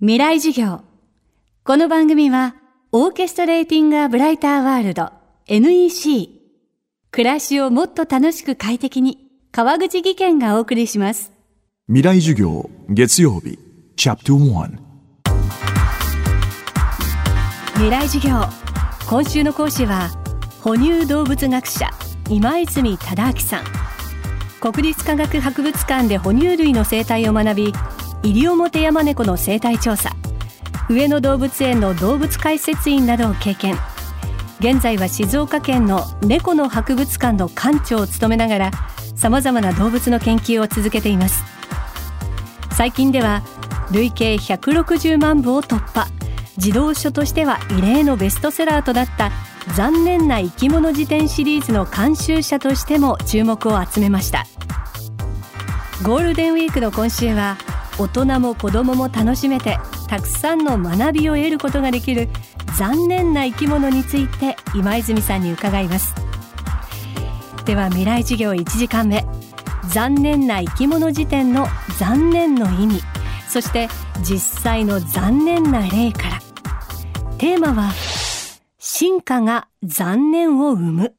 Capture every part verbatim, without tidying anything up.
未来授業。この番組はオーケストレーティング・ア・ブライター・ワールド エヌイーシー 暮らしをもっと楽しく快適に川口義賢がお送りします。 未来授業月曜日チャプターワン未来授業。今週の講師は哺乳動物学者今泉忠明さん。国立科学博物館で哺乳類の生態を学び、イリオモテヤマネコの生態調査、上野動物園の動物解説員などを経験。現在は静岡県の猫の博物館の館長を務めながら、さまざまな動物の研究を続けています。最近では累計ひゃくろくじゅうまんぶを突破、児童書としては異例のベストセラーとなった残念な生き物辞典シリーズの監修者としても注目を集めました。ゴールデンウィークの今週は、大人も子どもも楽しめてたくさんの学びを得ることができる残念な生き物について今泉さんに伺います。では未来授業いちじかんめ、残念な生き物辞典の残念の意味、そして実際の残念な例から。テーマは進化が残念を生む。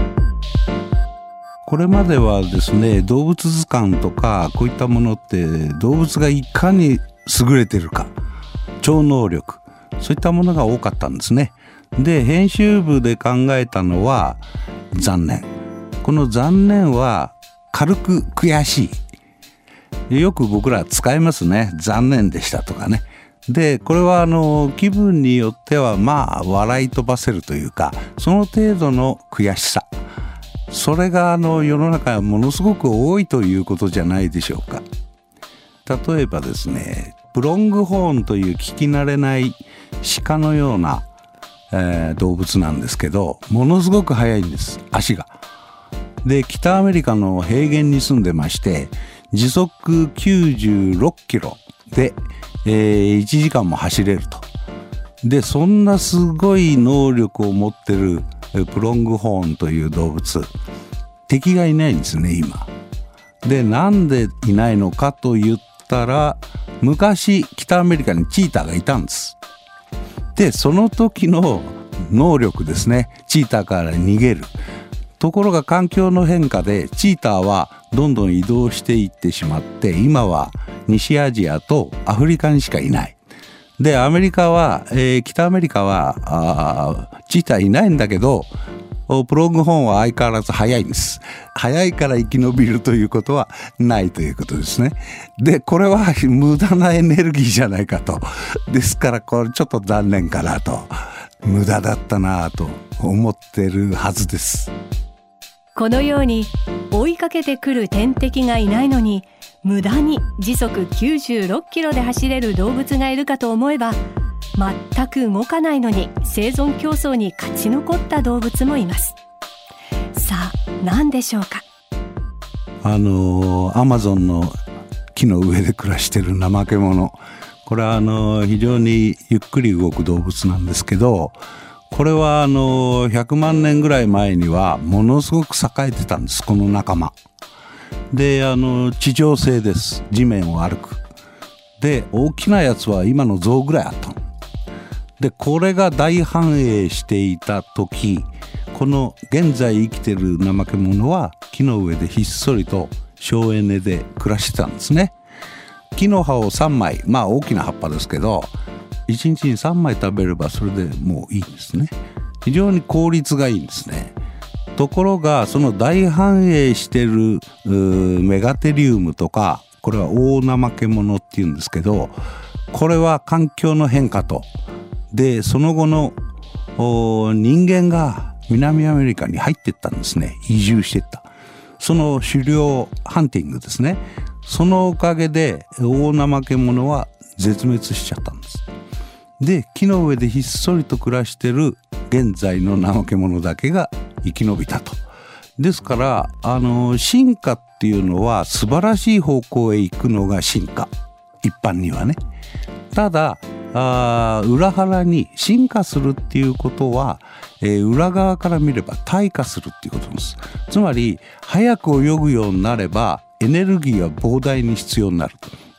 これまではですね、動物図鑑とかこういったものって動物がいかに優れているか、超能力、そういったものが多かったんですね。で、編集部で考えたのは残念。この残念は軽く悔しい。よく僕ら使いますね。残念でしたとかね。で、これはあの気分によってはまあ笑い飛ばせるというか、その程度の悔しさ、それがあの世の中はものすごく多いということじゃないでしょうか。例えばですね、プロングホーンという聞き慣れない鹿のような、えー、動物なんですけど、ものすごく速いんです、足が。で、北アメリカの平原に住んでまして、時速きゅうじゅうろっキロで、えー、いちじかんも走れると。で、そんなすごい能力を持ってるプロングホーンという動物、敵がいないんですね、今。で、なんでいないのかと言ったら、昔北アメリカにチーターがいたんです。で、その時の能力ですね、チーターから逃げる。ところが環境の変化でチーターはどんどん移動していってしまって、今は西アジアとアフリカにしかいない。で、アメリカは、えー、北アメリカはあチーターいないんだけど、プロングホーンは相変わらず速いんです。速いから生き延びるということはないということですね。で、これは無駄なエネルギーじゃないかと。ですからこれちょっと残念かなと、無駄だったなと思ってるはずです。 このように追いかけてくる天敵がいないのに、無駄に時速きゅうじゅうろっキロで走れる動物がいるかと思えば、全く動かないのに生存競争に勝ち残った動物もいます。さあ、何でしょうか。 あのアマゾンの木の上で暮らしてる怠け者、これはあの非常にゆっくり動く動物なんですけど、これはあのひゃくまんねんぐらい前にはものすごく栄えてたんです、この仲間で。あの地上性です。地面を歩く。で、大きなやつは今の象ぐらいあったので、これが大繁栄していた時、この現在生きてる怠け者は木の上でひっそりと省エネで暮らしてたんですね。木の葉をさんまい、まあ大きな葉っぱですけど、いちにちにさんまい食べればそれでもういいんですね。非常に効率がいいんですね。ところがその大繁栄してるメガテリウムとか、これは大怠け者っていうんですけど、これは環境の変化とで、その後の人間が南アメリカに入っていったんですね。移住していった。その狩猟ハンティングですね。そのおかげで大怠け者は絶滅しちゃったんです。で、木の上でひっそりと暮らしてる現在の怠け者だけが生き延びたと。ですからあの進化っていうのは素晴らしい方向へ行くのが進化、一般にはね。ただあ裏腹に進化するっていうことは、えー、裏側から見れば退化するっていうことです。つまり早く泳ぐようになればエネルギーが膨大に必要になる。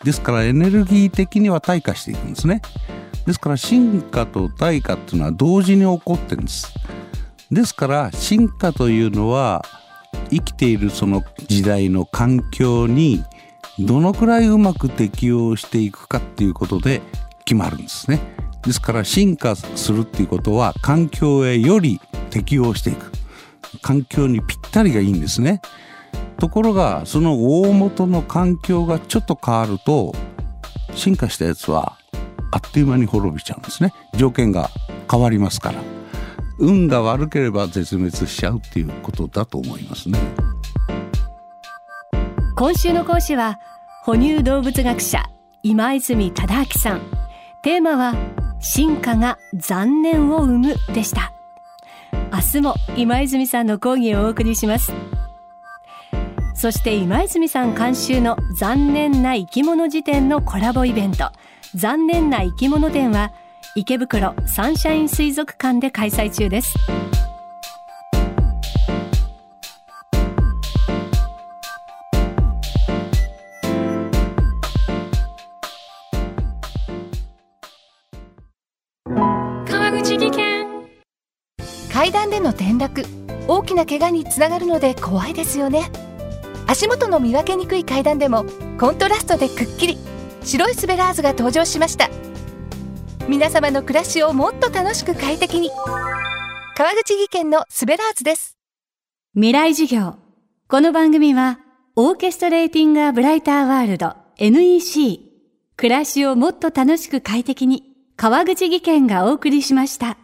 ですからエネルギー的には退化していくんですね。ですから進化と退化っていうのは同時に起こってるんです。ですから進化というのは生きているその時代の環境にどのくらいうまく適応していくかっていうことで決まるんですね。ですから進化するっていうことは環境へより適応していく、環境にぴったりがいいんですね。ところがその大元の環境がちょっと変わると進化したやつはあっという間に滅びちゃうんですね。条件が変わりますから、運が悪ければ絶滅しちゃうっていうことだと思いますね。 今週の講師は哺乳動物学者今泉忠明さん。テーマは進化が残念を生むでした。明日も今泉さんの講義をお送りします。そして今泉さん監修の残念な生き物辞典のコラボイベント、残念な生き物展は池袋サンシャイン水族館で開催中です。 川口技研。階段での転落、大きな怪我につながるので怖いですよね。足元の見分けにくい階段でもコントラストでくっきり白いスベラーズが登場しました。皆様の暮らしをもっと楽しく快適に、川口技研のスベラーズです。 未来授業。この番組はオーケストレーティングアブライターワールド エヌイーシー、 暮らしをもっと楽しく快適に、川口技研がお送りしました。